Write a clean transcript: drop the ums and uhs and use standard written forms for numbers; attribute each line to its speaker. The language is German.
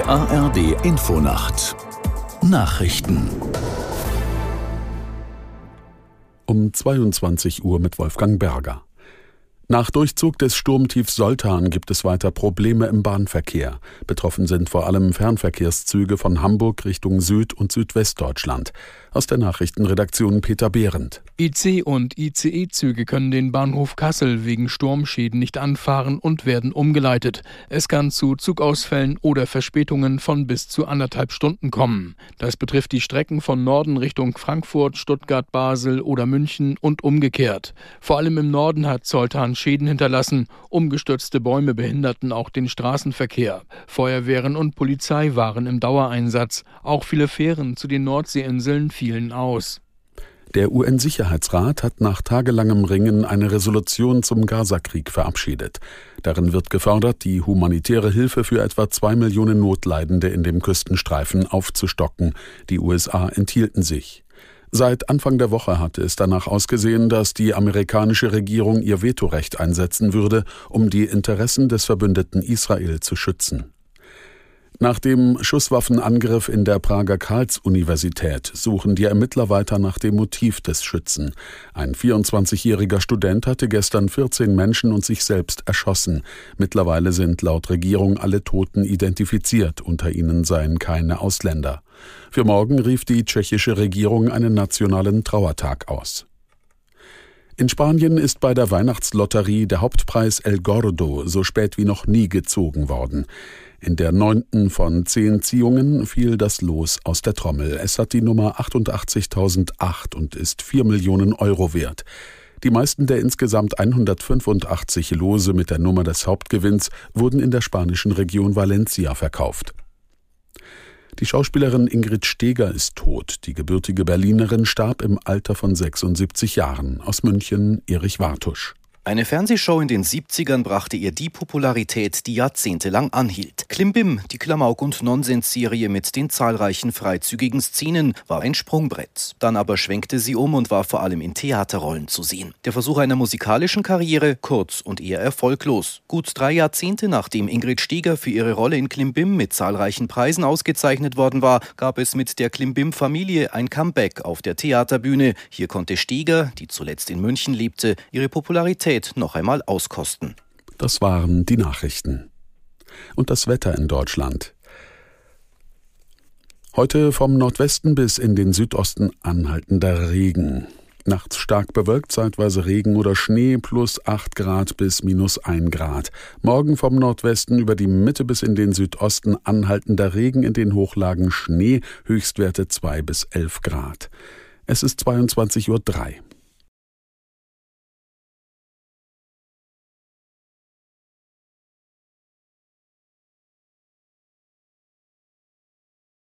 Speaker 1: Die ARD Infonacht Nachrichten
Speaker 2: um 22 Uhr mit Wolfgang Berger. Nach Durchzug des Sturmtiefs Soltan gibt es weiter Probleme im Bahnverkehr. Betroffen sind vor allem Fernverkehrszüge von Hamburg Richtung Süd- und Südwestdeutschland. Aus der Nachrichtenredaktion Peter Behrendt.
Speaker 3: IC- und ICE-Züge können den Bahnhof Kassel wegen Sturmschäden nicht anfahren und werden umgeleitet. Es kann zu Zugausfällen oder Verspätungen von bis zu 1,5 Stunden kommen. Das betrifft die Strecken von Norden Richtung Frankfurt, Stuttgart, Basel oder München und umgekehrt. Vor allem im Norden hat Soltan Schäden hinterlassen. Umgestürzte Bäume behinderten auch den Straßenverkehr. Feuerwehren und Polizei waren im Dauereinsatz. Auch viele Fähren zu den Nordseeinseln fielen aus.
Speaker 2: Der UN-Sicherheitsrat hat nach tagelangem Ringen eine Resolution zum Gazakrieg verabschiedet. Darin wird gefordert, die humanitäre Hilfe für etwa 2 Millionen Notleidende in dem Küstenstreifen aufzustocken. Die USA enthielten sich. Seit Anfang der Woche hatte es danach ausgesehen, dass die amerikanische Regierung ihr Vetorecht einsetzen würde, um die Interessen des Verbündeten Israel zu schützen. Nach dem Schusswaffenangriff in der Prager Karls-Universität suchen die Ermittler weiter nach dem Motiv des Schützen. Ein 24-jähriger Student hatte gestern 14 Menschen und sich selbst erschossen. Mittlerweile sind laut Regierung alle Toten identifiziert, unter ihnen seien keine Ausländer. Für morgen rief die tschechische Regierung einen nationalen Trauertag aus. In Spanien ist bei der Weihnachtslotterie der Hauptpreis El Gordo so spät wie noch nie gezogen worden. In der 9. von 10 Ziehungen fiel das Los aus der Trommel. Es hat die Nummer 88.008 und ist 4 Millionen Euro wert. Die meisten der insgesamt 185 Lose mit der Nummer des Hauptgewinns wurden in der spanischen Region Valencia verkauft. Die Schauspielerin Ingrid Steeger ist tot. Die gebürtige Berlinerin starb im Alter von 76 Jahren. Aus München Erich Wartusch.
Speaker 4: Eine Fernsehshow in den 70ern brachte ihr die Popularität, die jahrzehntelang anhielt. Klimbim, die Klamauk- und Nonsens-Serie mit den zahlreichen freizügigen Szenen, war ein Sprungbrett. Dann aber schwenkte sie um und war vor allem in Theaterrollen zu sehen. Der Versuch einer musikalischen Karriere, kurz und eher erfolglos. Gut 3 Jahrzehnte nachdem Ingrid Steeger für ihre Rolle in Klimbim mit zahlreichen Preisen ausgezeichnet worden war, gab es mit der Klimbim-Familie ein Comeback auf der Theaterbühne. Hier konnte Steeger, die zuletzt in München lebte, ihre Popularität noch einmal auskosten.
Speaker 2: Das waren die Nachrichten. Und das Wetter in Deutschland. Heute vom Nordwesten bis in den Südosten anhaltender Regen. Nachts stark bewölkt, zeitweise Regen oder Schnee, plus 8 Grad bis minus 1 Grad. Morgen vom Nordwesten über die Mitte bis in den Südosten anhaltender Regen, in den Hochlagen Schnee, Höchstwerte 2 bis 11 Grad. Es ist 22:03 Uhr.